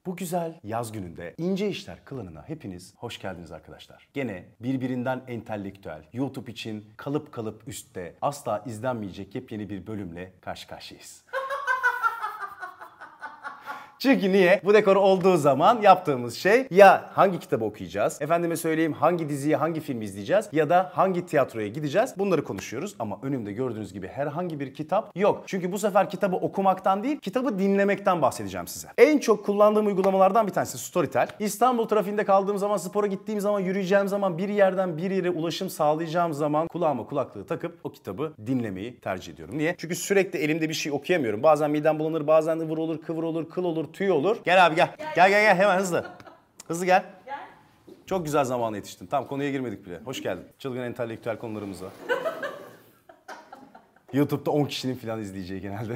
Bu güzel yaz gününde İnce İşler klanına hepiniz hoş geldiniz arkadaşlar. Gene birbirinden entelektüel, YouTube için kalıp kalıp üstte, asla izlenmeyecek yepyeni bir bölümle karşı karşıyayız. Çünkü niye? Bu dekor olduğu zaman yaptığımız şey ya hangi kitabı okuyacağız, efendime söyleyeyim hangi diziyi, hangi filmi izleyeceğiz ya da hangi tiyatroya gideceğiz, bunları konuşuyoruz. Ama önümde gördüğünüz gibi herhangi bir kitap yok. Çünkü bu sefer kitabı okumaktan değil, kitabı dinlemekten bahsedeceğim size. En çok kullandığım uygulamalardan bir tanesi Storytel. İstanbul trafiğinde kaldığım zaman, spora gittiğim zaman, yürüyeceğim zaman, bir yerden bir yere ulaşım sağlayacağım zaman kulağıma kulaklığı takıp o kitabı dinlemeyi tercih ediyorum. Niye? Çünkü sürekli elimde bir şey okuyamıyorum. Bazen midem bulanır, bazen ıvır olur, kıvır olur, kıl olur, tüy olur. Gel abi gel. Gel hemen hızlı. Hızlı gel. Çok güzel zamana yetiştin. Tamam, konuya girmedik bile. Hoş geldin. Çılgın entelektüel konularımıza. YouTube'da 10 kişinin falan izleyeceği genelde.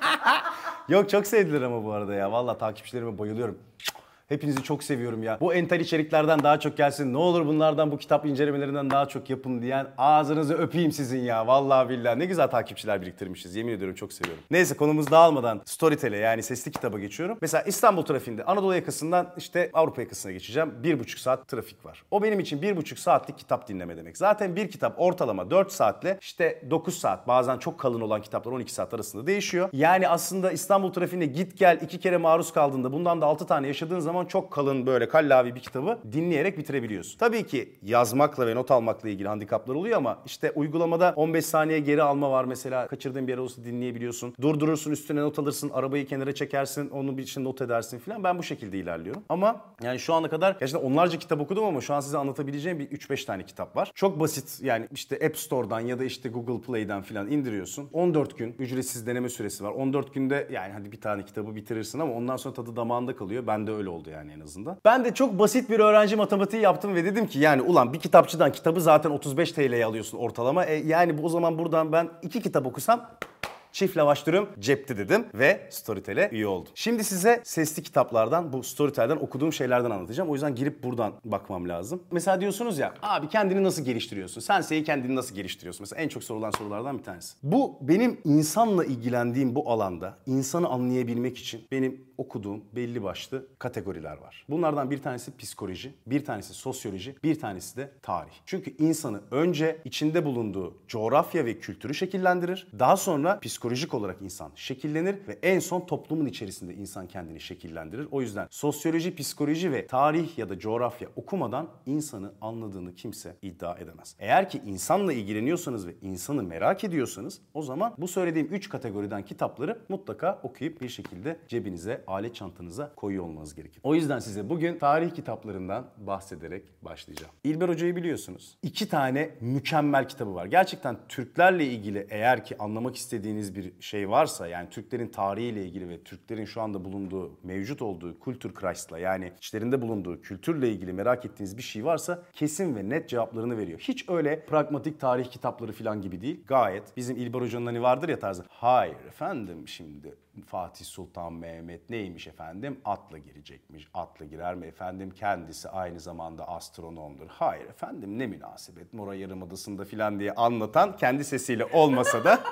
Yok, çok sevdiler ama bu arada ya. Vallahi takipçilerime bayılıyorum. Hepinizi çok seviyorum ya. Bu entel içeriklerden daha çok gelsin. Ne olur bunlardan, bu kitap incelemelerinden daha çok yapın diyen ağzınızı öpeyim sizin ya. Vallahi billahi ne güzel takipçiler biriktirmişiz. Yemin ediyorum çok seviyorum. Neyse, konumuz dağılmadan Storytel'e, yani sesli kitaba geçiyorum. Mesela İstanbul trafiğinde Anadolu yakasından işte Avrupa yakasına geçeceğim. 1,5 saat trafik var. O benim için 1,5 saatlik kitap dinleme demek. Zaten bir kitap ortalama 4 saatle işte 9 saat, bazen çok kalın olan kitaplar 12 saat arasında değişiyor. Yani aslında İstanbul trafiğinde git gel 2 kere maruz kaldığında, bundan da 6 tane yaşadığın zaman çok kalın böyle kallavi bir kitabı dinleyerek bitirebiliyorsun. Tabii ki yazmakla ve not almakla ilgili handikaplar oluyor ama işte uygulamada 15 saniye geri alma var mesela. Kaçırdığın bir yer olursa dinleyebiliyorsun. Durdurursun, üstüne not alırsın, arabayı kenara çekersin, onu bir için not edersin falan. Ben bu şekilde ilerliyorum. Ama yani şu ana kadar gerçekten onlarca kitap okudum ama şu an size anlatabileceğim bir 3-5 tane kitap var. Çok basit, yani işte App Store'dan ya da işte Google Play'den falan indiriyorsun. 14 gün ücretsiz deneme süresi var. 14 günde yani hadi bir tane kitabı bitirirsin ama ondan sonra tadı damağında kalıyor. Bende öyle oldu yani en azından. Ben de çok basit bir öğrenci matematiği yaptım ve dedim ki yani ulan bir kitapçıdan kitabı zaten 35 TL'ye alıyorsun ortalama. Yani o zaman buradan ben 2 kitap okusam çift lavaş dürüm cepti dedim ve Storytel'e üye oldum. Şimdi size sesli kitaplardan, bu Storytel'den okuduğum şeylerden anlatacağım. O yüzden girip buradan bakmam lazım. Mesela diyorsunuz ya, abi kendini nasıl geliştiriyorsun? Sensei'yi kendini nasıl geliştiriyorsun? Mesela en çok sorulan sorulardan bir tanesi. Bu benim insanla ilgilendiğim bu alanda insanı anlayabilmek için benim okuduğum belli başlı kategoriler var. Bunlardan bir tanesi psikoloji, bir tanesi sosyoloji, bir tanesi de tarih. Çünkü insanı önce içinde bulunduğu coğrafya ve kültürü şekillendirir. Daha sonra psikolojik olarak insan şekillenir ve en son toplumun içerisinde insan kendini şekillendirir. O yüzden sosyoloji, psikoloji ve tarih ya da coğrafya okumadan insanı anladığını kimse iddia edemez. Eğer ki insanla ilgileniyorsanız ve insanı merak ediyorsanız o zaman bu söylediğim 3 kategoriden kitapları mutlaka okuyup bir şekilde cebinize, alet çantanıza koyuyor olmanız gerekir. O yüzden size bugün tarih kitaplarından bahsederek başlayacağım. İlber Hoca'yı biliyorsunuz. 2 tane mükemmel kitabı var. Gerçekten Türklerle ilgili eğer ki anlamak istediğiniz bir şey varsa, yani Türklerin tarihiyle ilgili ve Türklerin şu anda bulunduğu, mevcut olduğu kültür Christ'la, yani içlerinde bulunduğu kültürle ilgili merak ettiğiniz bir şey varsa kesin ve net cevaplarını veriyor. Hiç öyle pragmatik tarih kitapları falan gibi değil. Gayet bizim İlber Hoca'nın hani vardır ya tarzı. Hayır efendim, şimdi Fatih Sultan Mehmet neymiş efendim? Atla girecekmiş. Atla girer mi efendim? Kendisi aynı zamanda astronomdur. Hayır efendim, ne münasebet Mora Yarımadası'nda filan diye anlatan, kendi sesiyle olmasa da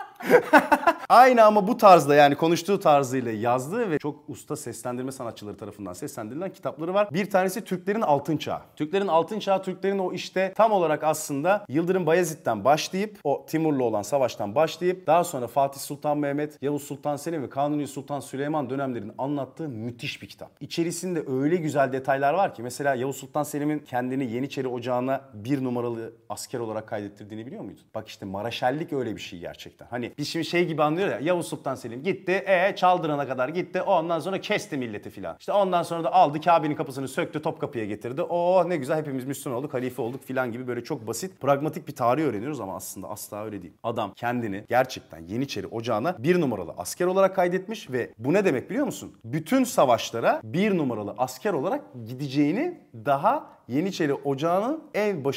aynı ama bu tarzda, yani konuştuğu tarzıyla yazdığı ve çok usta seslendirme sanatçıları tarafından seslendirilen kitapları var. Bir tanesi Türklerin Altın Çağı. Türklerin Altın Çağı, Türklerin o işte tam olarak aslında Yıldırım Bayezid'den başlayıp, o Timur'la olan savaştan başlayıp daha sonra Fatih Sultan Mehmet, Yavuz Sultan Selim ve Kanuni Sultan Süleyman dönemlerinin anlattığı müthiş bir kitap. İçerisinde öyle güzel detaylar var ki, mesela Yavuz Sultan Selim'in kendini Yeniçeri Ocağı'na 1 numaralı asker olarak kaydettirdiğini biliyor muydun? Bak işte Maraşellik öyle bir şey gerçekten. Hani biz şimdi şey gibi anlıyoruz ya, Yavuz Sultan Selim gitti, Çaldıran'a kadar gitti, ondan sonra kesti milleti filan. İşte ondan sonra da aldı Kabe'nin kapısını söktü, Topkapı'ya getirdi. Ne güzel, hepimiz Müslüman olduk, halife olduk filan gibi böyle çok basit, pragmatik bir tarih öğreniyoruz ama aslında asla öyle değil. Adam kendini gerçekten Yeniçeri Ocağı'na 1 numaralı asker olarak kaydetmiş ve bu ne demek biliyor musun? Bütün savaşlara 1 numaralı asker olarak gideceğini daha Yeniçeri Ocağı'nın en başına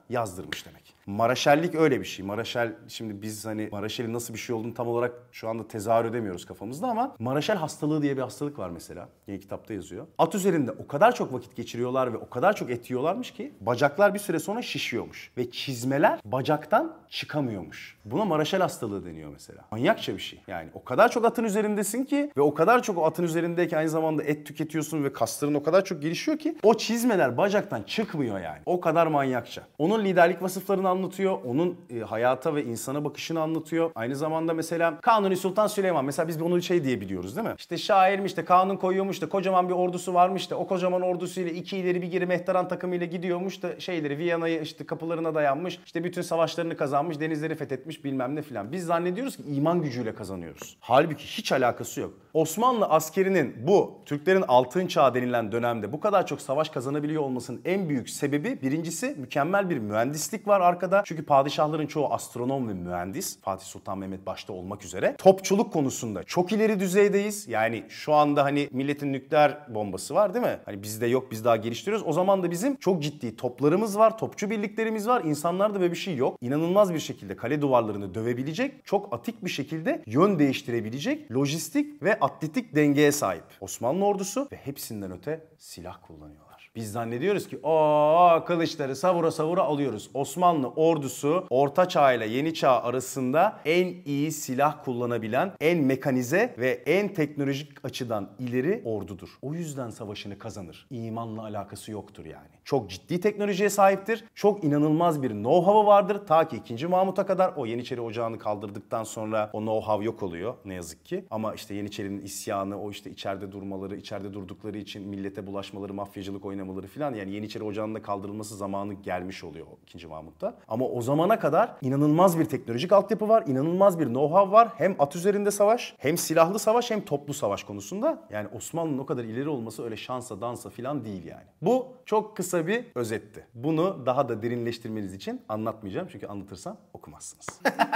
yazdırmış demek. Maraşellik öyle bir şey. Maraşel, şimdi biz hani Maraşel'in nasıl bir şey olduğunu tam olarak şu anda tezahür edemiyoruz kafamızda ama Maraşel hastalığı diye bir hastalık var mesela. Yine kitapta yazıyor. At üzerinde o kadar çok vakit geçiriyorlar ve o kadar çok et yiyorlarmış ki bacaklar bir süre sonra şişiyormuş. Ve çizmeler bacaktan çıkamıyormuş. Buna Maraşel hastalığı deniyor mesela. Manyakça bir şey. Yani o kadar çok atın üzerindesin ki ve o kadar çok o atın üzerindeyken aynı zamanda et tüketiyorsun ve kasların o kadar çok gelişiyor ki o çizmeler bacaktan çıkmıyor yani. O kadar manyakça. Onun liderlik vasıflarını anlatıyor. Onun hayata ve insana bakışını anlatıyor. Aynı zamanda mesela Kanuni Sultan Süleyman. Mesela biz onu şey diye biliyoruz değil mi? İşte şairmiş de kanun koyuyormuş da kocaman bir ordusu varmış da o kocaman ordusuyla iki ileri bir geri Mehteran takımıyla gidiyormuş da şeyleri Viyana'yı işte kapılarına dayanmış. İşte bütün savaşlarını kazanmış, denizleri fethetmiş bilmem ne filan. Biz zannediyoruz ki iman gücüyle kazanıyoruz. Halbuki hiç alakası yok. Osmanlı askerinin bu Türklerin altın çağı denilen dönemde bu kadar çok savaş kazanabiliyor olmasının en büyük sebebi birincisi mükemmel bir mühendislik var arkada. Çünkü padişahların çoğu astronom ve mühendis. Fatih Sultan Mehmet başta olmak üzere. Topçuluk konusunda çok ileri düzeydeyiz. Yani şu anda hani milletin nükleer bombası var değil mi? Hani bizde yok, biz daha geliştiriyoruz. O zaman da bizim çok ciddi toplarımız var, topçu birliklerimiz var. İnsanlarda böyle bir şey yok. İnanılmaz bir şekilde kale duvarlarını dövebilecek, çok atik bir şekilde yön değiştirebilecek lojistik ve atletik dengeye sahip Osmanlı ordusu ve hepsinden öte silah kullanıyorlar. Biz zannediyoruz ki o kılıçları savura savura alıyoruz. Osmanlı ordusu Orta Çağ ile Yeni Çağ arasında en iyi silah kullanabilen, en mekanize ve en teknolojik açıdan ileri ordudur. O yüzden savaşını kazanır. İmanla alakası yoktur yani. Çok ciddi teknolojiye sahiptir. Çok inanılmaz bir know-how'u vardır. Ta ki 2. Mahmut'a kadar o Yeniçeri Ocağı'nı kaldırdıktan sonra o know-how yok oluyor ne yazık ki. Ama işte Yeniçeri'nin isyanı, o işte içeride durmaları, içeride durdukları için millete bulaşmaları, mafyacılık oynamaları filan, yani Yeniçeri Ocağı'nın da kaldırılması zamanı gelmiş oluyor 2. Mahmut'ta. Ama o zamana kadar inanılmaz bir teknolojik altyapı var, inanılmaz bir know-how var. Hem at üzerinde savaş, hem silahlı savaş, hem toplu savaş konusunda. Yani Osmanlı'nın o kadar ileri olması öyle şansa dansa filan değil yani. Bu çok kısa bir özetti. Bunu daha da derinleştirmeniz için anlatmayacağım çünkü anlatırsam okumazsınız.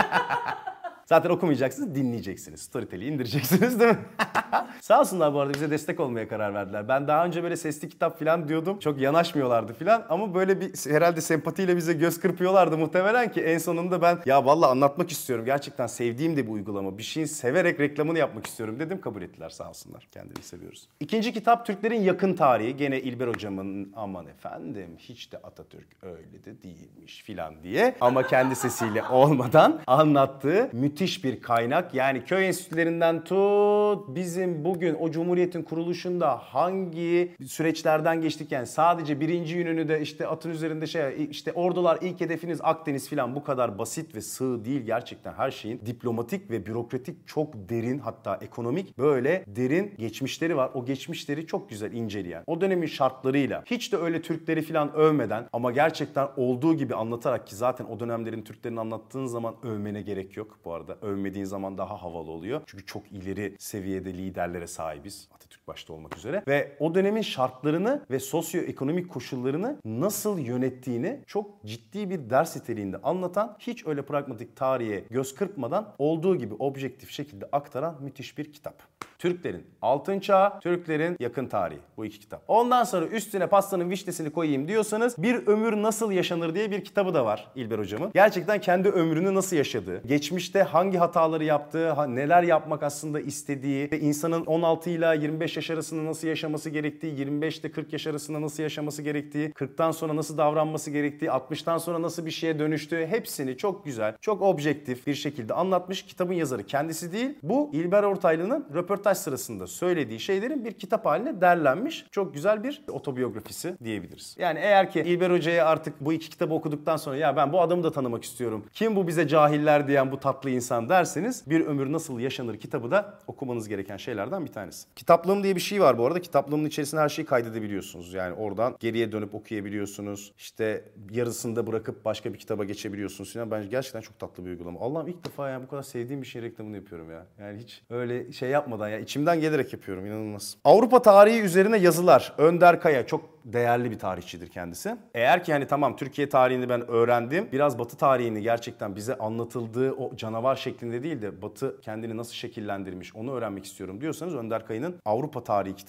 Zaten okumayacaksınız, dinleyeceksiniz. Storytel'i indireceksiniz değil mi? Sağ olsunlar bu arada bize destek olmaya karar verdiler. Ben daha önce böyle sesli kitap falan diyordum. Çok yanaşmıyorlardı falan ama böyle bir herhalde sempatiyle bize göz kırpıyorlardı muhtemelen ki en sonunda ben ya vallahi anlatmak istiyorum. Gerçekten sevdiğim de bu uygulama. Bir şeyin severek reklamını yapmak istiyorum dedim. Kabul ettiler sağ olsunlar. Kendini seviyoruz. İkinci kitap Türklerin yakın tarihi. Gene İlber hocamın aman efendim hiç de Atatürk öyle de değilmiş filan diye ama kendi sesiyle olmadan anlattığı müthiş bir kaynak. Yani köy enstitülerinden tut bizim bugün o Cumhuriyet'in kuruluşunda hangi süreçlerden geçtik, yani sadece birinci yönünü de işte atın üzerinde işte ordular ilk hedefiniz Akdeniz filan, bu kadar basit ve sığ değil gerçekten. Her şeyin diplomatik ve bürokratik çok derin, hatta ekonomik böyle derin geçmişleri var. O geçmişleri çok güzel inceleyen, o dönemin şartlarıyla hiç de öyle Türkleri filan övmeden ama gerçekten olduğu gibi anlatarak, ki zaten o dönemlerin Türklerini anlattığın zaman övmene gerek yok bu arada. Övmediğin zaman daha havalı oluyor. Çünkü çok ileri seviyede liderlere sahibiz. Atatürk başta olmak üzere. Ve o dönemin şartlarını ve sosyoekonomik koşullarını nasıl yönettiğini çok ciddi bir ders niteliğinde anlatan, hiç öyle pragmatik tarihe göz kırpmadan olduğu gibi objektif şekilde aktaran müthiş bir kitap. Türklerin Altın Çağı, Türklerin Yakın Tarihi. Bu iki kitap. Ondan sonra üstüne pastanın vişnesini koyayım diyorsanız Bir Ömür Nasıl Yaşanır diye bir kitabı da var İlber hocamın. Gerçekten kendi ömrünü nasıl yaşadığı, geçmişte hangi hataları yaptığı, neler yapmak aslında istediği ve insanın 16 ile 25 yaş arasında nasıl yaşaması gerektiği, 25 ile 40 yaş arasında nasıl yaşaması gerektiği, 40'tan sonra nasıl davranması gerektiği, 60'tan sonra nasıl bir şeye dönüştüğü, hepsini çok güzel, çok objektif bir şekilde anlatmış. Kitabın yazarı kendisi değil. Bu İlber Ortaylı'nın röportaj sırasında söylediği şeylerin bir kitap haline derlenmiş. Çok güzel bir otobiyografisi diyebiliriz. Yani eğer ki İlber Hoca'ya artık bu iki kitabı okuduktan sonra ya ben bu adamı da tanımak istiyorum, kim bu bize cahiller diyen bu tatlı insan derseniz Bir Ömür Nasıl Yaşanır kitabı da okumanız gereken şeylerden bir tanesi. Kitaplığım diye bir şey var bu arada. Kitaplığımın içerisinde her şeyi kaydedebiliyorsunuz. Yani oradan geriye dönüp okuyabiliyorsunuz. İşte yarısında bırakıp başka bir kitaba geçebiliyorsunuz. Yani bence gerçekten çok tatlı bir uygulama. Allah'ım ilk defa yani bu kadar sevdiğim bir şeyin reklamını yapıyorum ya. Yani hiç öyle şey yapmadan ya içimden gelerek yapıyorum. İnanılmaz. Avrupa tarihi üzerine yazılar. Önder Kaya çok değerli bir tarihçidir kendisi. Eğer ki hani tamam Türkiye tarihini ben öğrendim, biraz Batı tarihini gerçekten bize anlatıldığı o canavar şeklinde değil de Batı kendini nasıl şekillendirmiş onu öğrenmek istiyorum diyorsanız Önder Kaya'nın Avrupa Tarihi kitabı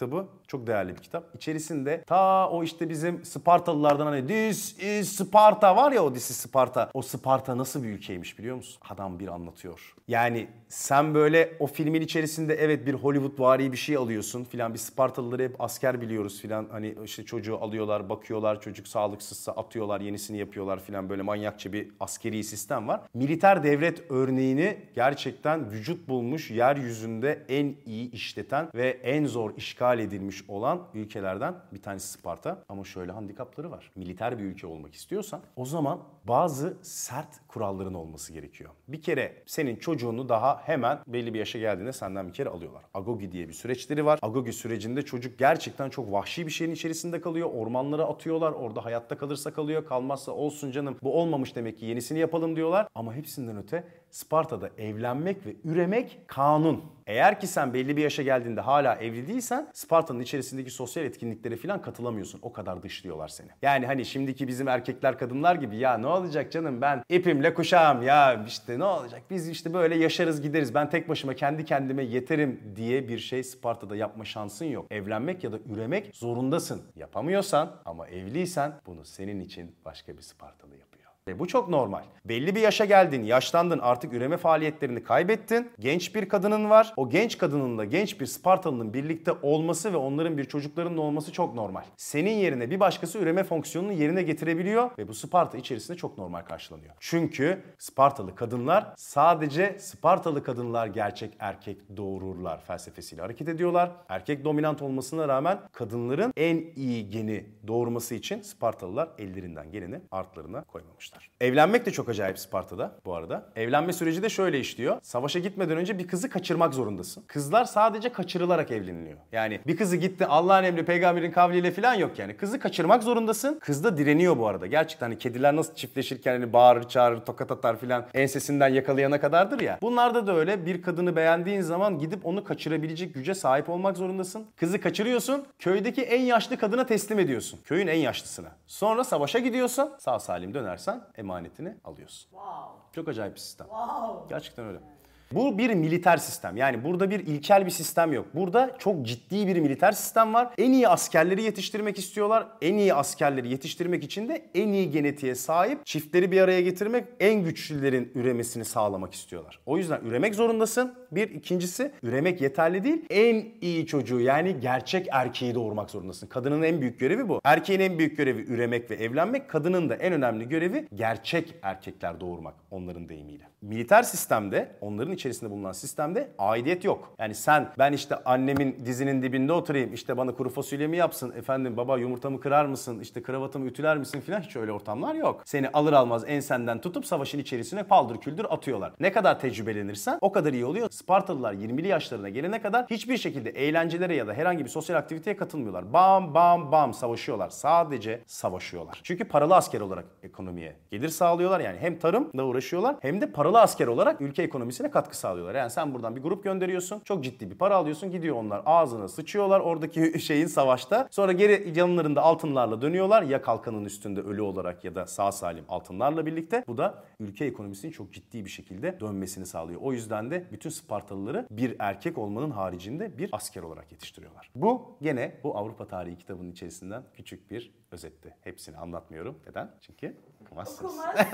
Çok değerli bir kitap. İçerisinde ta o işte bizim Spartalılardan hani This is Sparta var ya, o This is Sparta. O Sparta nasıl bir ülkeymiş biliyor musun? Adam bir anlatıyor. Yani sen böyle o filmin içerisinde evet bir Hollywood-vari bir şey alıyorsun filan. Biz Spartalıları hep asker biliyoruz filan. Hani işte çocuğu alıyorlar, bakıyorlar, çocuk sağlıksızsa atıyorlar, yenisini yapıyorlar filan, böyle manyakça bir askeri sistem var. Militer devlet örneğini gerçekten vücut bulmuş, yeryüzünde en iyi işleten ve en zor işgal edilmiş olan ülkelerden bir tanesi Sparta. Ama şöyle handikapları var. Militer bir ülke olmak istiyorsan o zaman bazı sert kuralların olması gerekiyor. Bir kere senin çocuğunu daha hemen belli bir yaşa geldiğinde senden bir kere alıyorlar. Agogi diye bir süreçleri var. Agogi sürecinde çocuk gerçekten çok vahşi bir şeyin içerisinde kalıyor. Ormanlara atıyorlar. Orada hayatta kalırsa kalıyor. Kalmazsa olsun canım, bu olmamış demek ki, yenisini yapalım diyorlar. Ama hepsinden öte Sparta'da evlenmek ve üremek kanun. Eğer ki sen belli bir yaşa geldiğinde hala evli değilsen Sparta'nın içerisindeki sosyal etkinliklere falan katılamıyorsun. O kadar dışlıyorlar seni. Yani hani şimdiki bizim erkekler kadınlar gibi ya ne olacak canım, ben ipimle kuşağım ya işte ne olacak, biz işte böyle yaşarız gideriz, ben tek başıma kendi kendime yeterim diye bir şey Sparta'da yapma şansın yok. Evlenmek ya da üremek zorundasın. Yapamıyorsan ama evliysen bunu senin için başka bir Spartalı yapıyor. Bu çok normal. Belli bir yaşa geldin, yaşlandın, artık üreme faaliyetlerini kaybettin. Genç bir kadının var. O genç kadınınla genç bir Spartalı'nın birlikte olması ve onların bir çocuklarının olması çok normal. Senin yerine bir başkası üreme fonksiyonunu yerine getirebiliyor ve bu Sparta içerisinde çok normal karşılanıyor. Çünkü Spartalı kadınlar sadece Spartalı kadınlar gerçek erkek doğururlar felsefesiyle hareket ediyorlar. Erkek dominant olmasına rağmen kadınların en iyi geni doğurması için Spartalılar ellerinden geleni artlarına koymamışlar. Evlenmek de çok acayip Sparta'da bu arada. Evlenme süreci de şöyle işliyor. Savaşa gitmeden önce bir kızı kaçırmak zorundasın. Kızlar sadece kaçırılarak evleniliyor. Yani bir kızı gitti Allah'ın emri peygamberin kavliyle falan yok yani. Kızı kaçırmak zorundasın. Kız da direniyor bu arada. Gerçekten hani kediler nasıl çiftleşirken hani bağırır çağırır tokat atar filan ensesinden yakalayana kadardır ya. Bunlarda da öyle, bir kadını beğendiğin zaman gidip onu kaçırabilecek güce sahip olmak zorundasın. Kızı kaçırıyorsun. Köydeki en yaşlı kadına teslim ediyorsun. Köyün en yaşlısına. Sonra savaşa gidiyorsun. Sağ salim dönersen emanetini alıyorsun. Wow. Çok acayip bir sistem. Wow. Gerçekten öyle. Bu bir militer sistem. Yani burada bir ilkel bir sistem yok. Burada çok ciddi bir militer sistem var. En iyi askerleri yetiştirmek istiyorlar. En iyi askerleri yetiştirmek için de en iyi genetiğe sahip çiftleri bir araya getirmek, en güçlülerin üremesini sağlamak istiyorlar. O yüzden üremek zorundasın. Bir, ikincisi üremek yeterli değil. En iyi çocuğu, yani gerçek erkeği doğurmak zorundasın. Kadının en büyük görevi bu. Erkeğin en büyük görevi üremek ve evlenmek. Kadının da en önemli görevi gerçek erkekler doğurmak, onların deyimiyle. Militer sistemde, onların içerisinde bulunan sistemde aidiyet yok. Yani ben işte annemin dizinin dibinde oturayım, işte bana kuru fasulye mi yapsın, efendim baba yumurtamı kırar mısın, işte kravatımı ütüler misin filan, hiç öyle ortamlar yok. Seni alır almaz ensenden tutup savaşın içerisine paldır küldür atıyorlar. Ne kadar tecrübelenirsen o kadar iyi oluyor. Spartalılar 20'li yaşlarına gelene kadar hiçbir şekilde eğlencelere ya da herhangi bir sosyal aktiviteye katılmıyorlar. Bam bam bam savaşıyorlar. Sadece savaşıyorlar. Çünkü paralı asker olarak ekonomiye gelir sağlıyorlar. Yani hem tarımla uğraşıyorlar hem de paralı asker olarak ülke ekonomisine katkı sağlıyorlar. Yani sen buradan bir grup gönderiyorsun. Çok ciddi bir para alıyorsun. Gidiyor onlar ağzına sıçıyorlar oradaki savaşta. Sonra geri yanlarında altınlarla dönüyorlar. Ya kalkanın üstünde ölü olarak ya da sağ salim altınlarla birlikte. Bu da ülke ekonomisinin çok ciddi bir şekilde dönmesini sağlıyor. O yüzden de bütün Spartalıları bir erkek olmanın haricinde bir asker olarak yetiştiriyorlar. Bu gene bu Avrupa Tarihi kitabının içerisinden küçük bir özetti. Hepsini anlatmıyorum. Neden? Çünkü okumazsınız.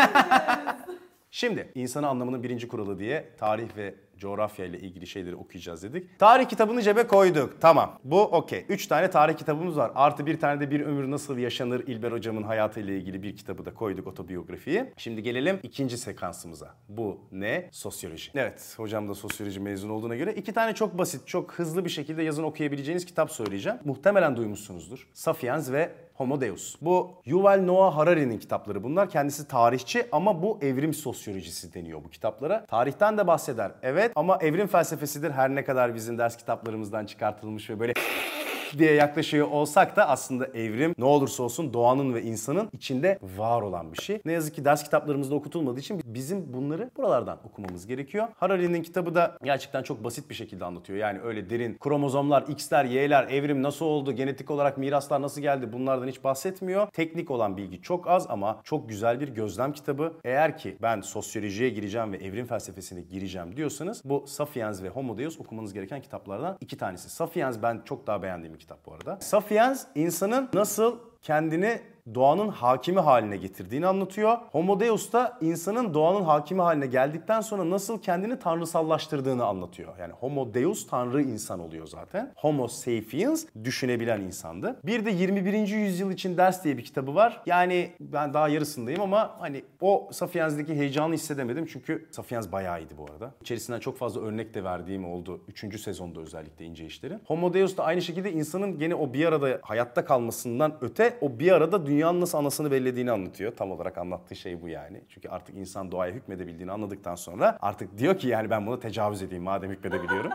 Şimdi insanı anlamanın birinci kuralı diye tarih ve coğrafya ile ilgili şeyleri okuyacağız dedik. Tarih kitabını cebe koyduk. Tamam. Bu okey. 3 tane tarih kitabımız var. Artı bir tane de Bir Ömür Nasıl Yaşanır İlber Hocam'ın hayatıyla ilgili bir kitabı da koyduk, otobiyografiyi. Şimdi gelelim ikinci sekansımıza. Bu ne? Sosyoloji. Evet. Hocam da sosyoloji mezunu olduğuna göre 2 tane çok basit, çok hızlı bir şekilde yazın okuyabileceğiniz kitap söyleyeceğim. Muhtemelen duymuşsunuzdur. Sapiens ve Homo Deus. Bu Yuval Noah Harari'nin kitapları bunlar. Kendisi tarihçi ama bu evrim sosyolojisi deniyor bu kitaplara. Tarihten de bahseder. Evet ama evrim felsefesidir. Her ne kadar bizim ders kitaplarımızdan çıkartılmış ve böyle diye yaklaşıyor olsak da aslında evrim ne olursa olsun doğanın ve insanın içinde var olan bir şey. Ne yazık ki ders kitaplarımızda okutulmadığı için bizim bunları buralardan okumamız gerekiyor. Harari'nin kitabı da gerçekten çok basit bir şekilde anlatıyor. Yani öyle derin kromozomlar, X'ler, Y'ler, evrim nasıl oldu, genetik olarak miraslar nasıl geldi, bunlardan hiç bahsetmiyor. Teknik olan bilgi çok az ama çok güzel bir gözlem kitabı. Eğer ki ben sosyolojiye gireceğim ve evrim felsefesine gireceğim diyorsanız bu Sapiens ve Homo Deus okumanız gereken kitaplardan 2 tanesi. Sapiens ben çok daha beğendiğim bir kitap bu arada. Sapiens insanın nasıl kendini doğanın hakimi haline getirdiğini anlatıyor. Homo Deus da insanın doğanın hakimi haline geldikten sonra nasıl kendini tanrısallaştırdığını anlatıyor. Yani Homo Deus tanrı insan oluyor zaten. Homo Sapiens düşünebilen insandı. Bir de 21. yüzyıl için ders diye bir kitabı var. Yani ben daha yarısındayım ama hani o Sapiens'deki heyecanı hissedemedim. Çünkü Sapiens bayağı iyiydi bu arada. İçerisinden çok fazla örnek de verdiğim oldu. 3. sezonda özellikle ince işleri. Homo Deus da aynı şekilde insanın gene o bir arada hayatta kalmasından öte o bir arada dünyanın nasıl anasını bellediğini anlatıyor. Tam olarak anlattığı şey bu yani. Çünkü artık insan doğaya hükmedebildiğini anladıktan sonra artık diyor ki yani ben buna tecavüz edeyim madem hükmedebiliyorum.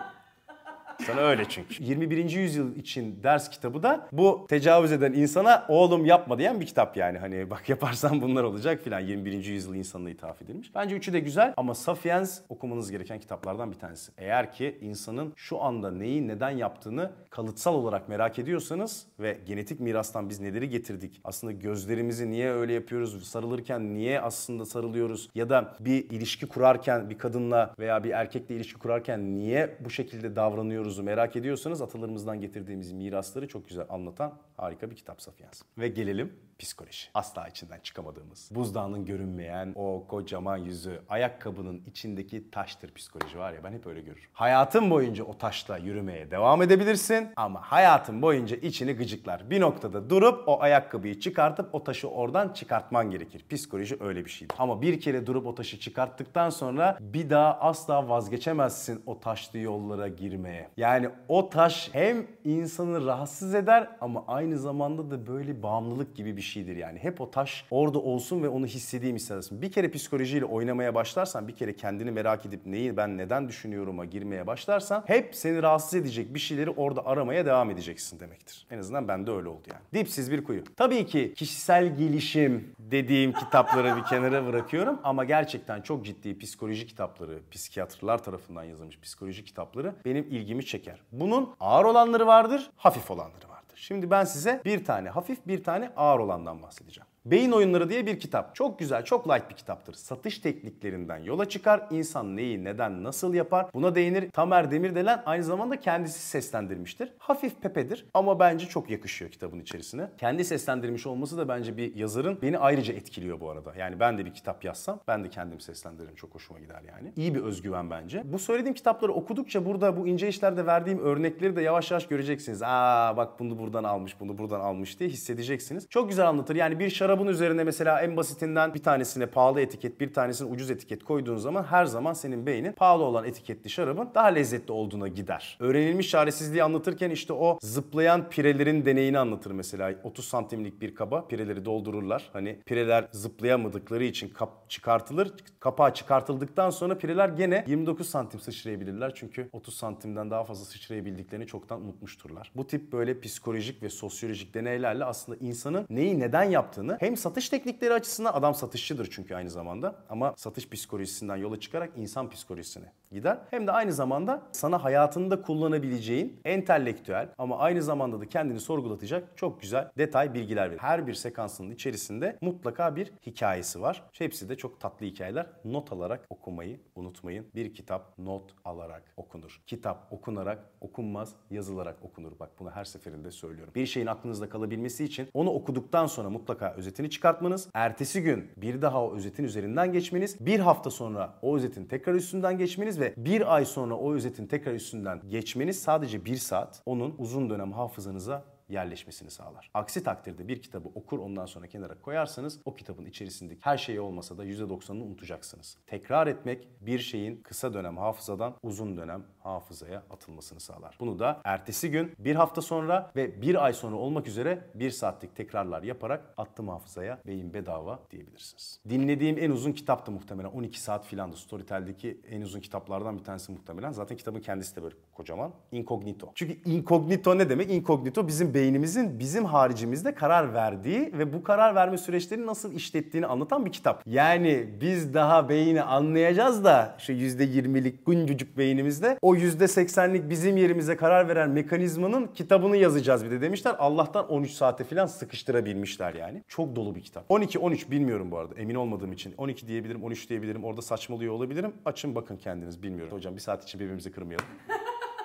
Sana öyle çünkü. 21. yüzyıl için ders kitabı da bu tecavüz eden insana oğlum yapma diyen bir kitap yani. Hani bak yaparsan bunlar olacak filan. 21. yüzyıl insanına ithaf edilmiş. Bence üçü de güzel ama Sapiens okumanız gereken kitaplardan bir tanesi. Eğer ki insanın şu anda neyi neden yaptığını kalıtsal olarak merak ediyorsanız ve genetik mirastan biz neleri getirdik? Aslında gözlerimizi niye öyle yapıyoruz? Sarılırken niye aslında sarılıyoruz? Ya da bir ilişki kurarken bir kadınla veya bir erkekle ilişki kurarken niye bu şekilde davranıyoruz? Merak ediyorsanız atalarımızdan getirdiğimiz mirasları çok güzel anlatan harika bir kitap Sapiens. Ve gelelim psikoloji. Asla içinden çıkamadığımız, buzdağının görünmeyen o kocaman yüzü, ayakkabının içindeki taştır psikoloji var ya ben hep öyle görürüm. Hayatın boyunca o taşla yürümeye devam edebilirsin ama hayatın boyunca içini gıcıklar. Bir noktada durup o ayakkabıyı çıkartıp o taşı oradan çıkartman gerekir. Psikoloji öyle bir şeydir. Ama bir kere durup o taşı çıkarttıktan sonra bir daha asla vazgeçemezsin o taşlı yollara girmeye. Yani o taş hem insanı rahatsız eder ama aynı zamanda da böyle bağımlılık gibi bir şeydir yani. Hep o taş orada olsun ve onu hissedeyim istersin. Bir kere psikolojiyle oynamaya başlarsan, bir kere kendini merak edip neyi ben neden düşünüyorum'a girmeye başlarsan hep seni rahatsız edecek bir şeyleri orada aramaya devam edeceksin demektir. En azından bende öyle oldu yani. Dipsiz bir kuyu. Tabii ki kişisel gelişim dediğim kitapları bir kenara bırakıyorum ama gerçekten çok ciddi psikoloji kitapları, psikiyatrlar tarafından yazılmış psikoloji kitapları benim ilgimi çeker. Bunun ağır olanları vardır, hafif olanları vardır. Şimdi ben size bir tane hafif, bir tane ağır olandan bahsedeceğim. Beyin Oyunları diye bir kitap. Çok güzel, çok light bir kitaptır. Satış tekniklerinden yola çıkar. İnsan neyi, neden, nasıl yapar? Buna değinir. Tamer Demirden aynı zamanda kendisi seslendirmiştir. Hafif pepedir ama bence çok yakışıyor kitabın içerisine. Kendi seslendirmiş olması da bence bir yazarın beni ayrıca etkiliyor bu arada. Yani ben de bir kitap yazsam ben de kendim seslendiririm. Çok hoşuma gider yani. İyi bir özgüven bence. Bu söylediğim kitapları okudukça burada bu ince işlerde verdiğim örnekleri de yavaş yavaş göreceksiniz. Aa bak bunu buradan almış, bunu buradan almış diye hissedeceksiniz. Çok güzel anlatır. Yani bir şarabın üzerine mesela en basitinden bir tanesine pahalı etiket, bir tanesine ucuz etiket koyduğun zaman her zaman senin beynin pahalı olan etiketli şarabın daha lezzetli olduğuna gider. Öğrenilmiş çaresizliği anlatırken işte o zıplayan pirelerin deneyini anlatır mesela. 30 santimlik bir kaba pireleri doldururlar. Hani pireler zıplayamadıkları için kap çıkartılır. Kapağı çıkartıldıktan sonra pireler gene 29 santim sıçrayabilirler. Çünkü 30 santimden daha fazla sıçrayabildiklerini çoktan unutmuşturlar. Bu tip böyle psikolojik ve sosyolojik deneylerle aslında insanın neyi neden yaptığını hem satış teknikleri açısından adam satışçıdır çünkü aynı zamanda ama satış psikolojisinden yola çıkarak insan psikolojisine gider. Hem de aynı zamanda sana hayatında kullanabileceğin entelektüel ama aynı zamanda da kendini sorgulatacak çok güzel detay bilgiler verir. Her bir sekansının içerisinde mutlaka bir hikayesi var. Hepsi de çok tatlı hikayeler. Not alarak okumayı unutmayın. Bir kitap not alarak okunur. Kitap okunarak okunmaz, yazılarak okunur. Bak bunu her seferinde söylüyorum. Bir şeyin aklınızda kalabilmesi için onu okuduktan sonra mutlaka özetini çıkartmanız, ertesi gün bir daha o özetin üzerinden geçmeniz, bir hafta sonra o özetin tekrar üstünden geçmeniz ve bir ay sonra o özetin tekrar üstünden geçmeniz sadece bir saat onun uzun dönem hafızanıza yerleşmesini sağlar. Aksi takdirde bir kitabı okur ondan sonra kenara koyarsanız o kitabın içerisindeki her şey olmasa da %90'ını unutacaksınız. Tekrar etmek bir şeyin kısa dönem hafızadan uzun dönem hafızaya atılmasını sağlar. Bunu da ertesi gün, bir hafta sonra ve bir ay sonra olmak üzere bir saatlik tekrarlar yaparak attım hafızaya beyin bedava diyebilirsiniz. Dinlediğim en uzun kitaptı muhtemelen 12 saat filandı. Storytel'deki en uzun kitaplardan bir tanesi muhtemelen. Zaten kitabın kendisi de böyle kocaman. Incognito. Çünkü incognito ne demek? Incognito bizim beynimizin bizim haricimizde karar verdiği ve bu karar verme süreçlerini nasıl işlettiğini anlatan bir kitap. Yani biz daha beyni anlayacağız da şu %20'lik güncücük beynimizde o %80'lik bizim yerimize karar veren mekanizmanın kitabını yazacağız bir de demişler. Allah'tan 13 saate falan sıkıştırabilmişler yani. Çok dolu bir kitap. 12-13 bilmiyorum bu arada emin olmadığım için. 12 diyebilirim, 13 diyebilirim. Orada saçmalıyor olabilirim. Açın bakın kendiniz bilmiyorum. Hocam bir saat için birbirimizi kırmayalım.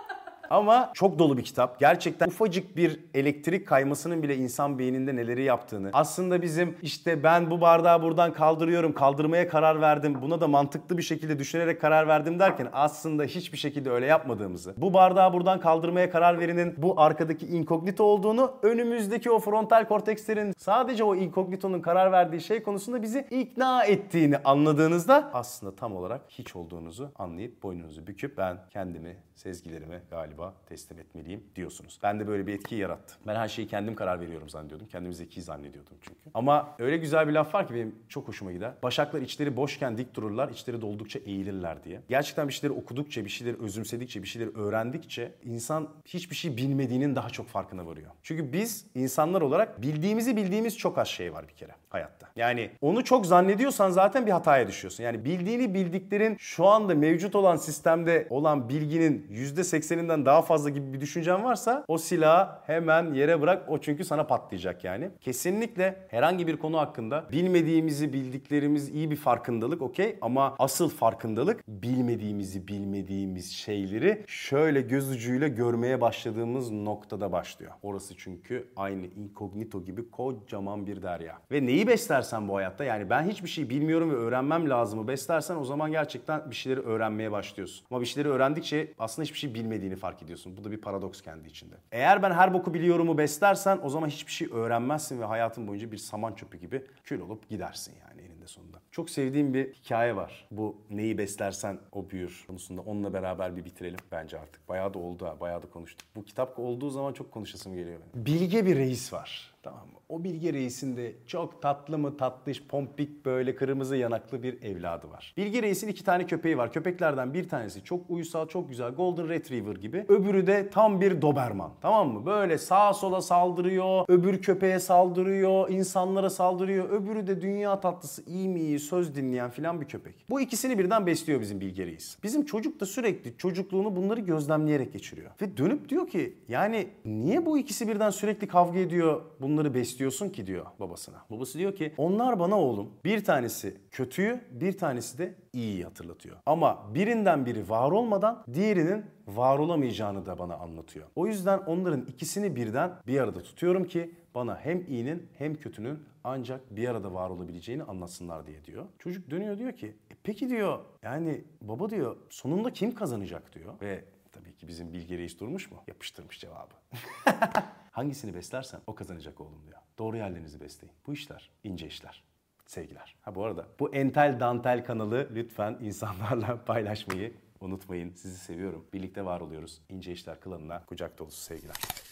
Ama çok dolu bir kitap. Gerçekten ufacık bir elektrik kaymasının bile insan beyninde neleri yaptığını. Aslında bizim işte ben bu bardağı buradan kaldırıyorum, kaldırmaya karar verdim. Buna da mantıklı bir şekilde düşünerek karar verdim derken aslında hiçbir şekilde öyle yapmadığımızı. Bu bardağı buradan kaldırmaya karar verenin bu arkadaki inkognito olduğunu, önümüzdeki o frontal kortekslerin sadece o inkognitonun karar verdiği şey konusunda bizi ikna ettiğini anladığınızda aslında tam olarak hiç olduğunuzu anlayıp boynunuzu büküp ben kendimi, sezgilerime galiba teslim etmeliyim diyorsunuz. Ben de böyle bir etki yarattı. Ben her şeyi kendim karar veriyorum zannediyordum. Kendimi zeki zannediyordum çünkü. Ama öyle güzel bir laf var ki benim çok hoşuma gider. Başaklar içleri boşken dik dururlar, içleri doldukça eğilirler diye. Gerçekten bir şeyleri okudukça, bir şeyleri özümsedikçe, bir şeyleri öğrendikçe insan hiçbir şey bilmediğinin daha çok farkına varıyor. Çünkü biz insanlar olarak bildiğimiz çok az şey var bir kere hayatta. Yani onu çok zannediyorsan zaten bir hataya düşüyorsun. Yani bildiklerin şu anda mevcut olan sistemde olan bilginin %80'inden daha fazla gibi bir düşüncen varsa o silahı hemen yere bırak. O çünkü sana patlayacak yani. Kesinlikle herhangi bir konu hakkında bilmediğimizi bildiklerimiz iyi bir farkındalık okey ama asıl farkındalık bilmediğimiz şeyleri şöyle göz ucuyla görmeye başladığımız noktada başlıyor. Orası çünkü aynı inkognito gibi kocaman bir derya. Ve neyi beslersen bu hayatta yani ben hiçbir şey bilmiyorum ve öğrenmem lazımı beslersen o zaman gerçekten bir şeyleri öğrenmeye başlıyorsun. Ama bir şeyleri öğrendikçe aslında hiçbir şey bilmediğini fark ediyorsun. Bu da bir paradoks kendi içinde. Eğer ben her boku biliyorumu beslersen o zaman hiçbir şey öğrenmezsin ve hayatın boyunca bir saman çöpü gibi kül olup gidersin yani eninde sonunda. Çok sevdiğim bir hikaye var. Bu neyi beslersen o büyür konusunda. Onunla beraber bir bitirelim bence artık. Bayağı da oldu ha, bayağı da konuştuk. Bu kitap olduğu zaman çok konuşasım geliyor benim. Bilge bir reis var. Tamam mı? O Bilge Reis'in de çok tatlı mı tatlış, pompik böyle kırmızı yanaklı bir evladı var. Bilge Reis'in 2 tane köpeği var. Köpeklerden bir tanesi çok uysal, çok güzel Golden Retriever gibi. Öbürü de tam bir Doberman. Tamam mı? Böyle sağa sola saldırıyor, öbür köpeğe saldırıyor, insanlara saldırıyor. Öbürü de dünya tatlısı, iyi mi iyi, söz dinleyen filan bir köpek. Bu ikisini birden besliyor bizim Bilge Reis. Bizim çocuk da sürekli çocukluğunu bunları gözlemleyerek geçiriyor. Ve dönüp diyor ki yani niye bu ikisi birden sürekli kavga ediyor, bunları besliyorsun ki diyor babasına. Babası diyor ki onlar bana oğlum bir tanesi kötüyü bir tanesi de iyiyi hatırlatıyor. Ama birinden biri var olmadan diğerinin var olamayacağını da bana anlatıyor. O yüzden onların ikisini birden bir arada tutuyorum ki bana hem iyinin hem kötünün ancak bir arada var olabileceğini anlatsınlar diye diyor. Çocuk dönüyor diyor ki peki diyor yani baba diyor sonunda kim kazanacak diyor. Ve tabii ki bizim Bilge Reis durmuş mu? Yapıştırmış cevabı. Hangisini beslersen o kazanacak oğlum diyor. Doğru yerlerinizi besleyin. Bu işler ince işler. Sevgiler. Ha bu arada bu Entel Dantel kanalı lütfen insanlarla paylaşmayı unutmayın. Sizi seviyorum. Birlikte var oluyoruz. İnce İşler klanına kucak dolusu sevgiler.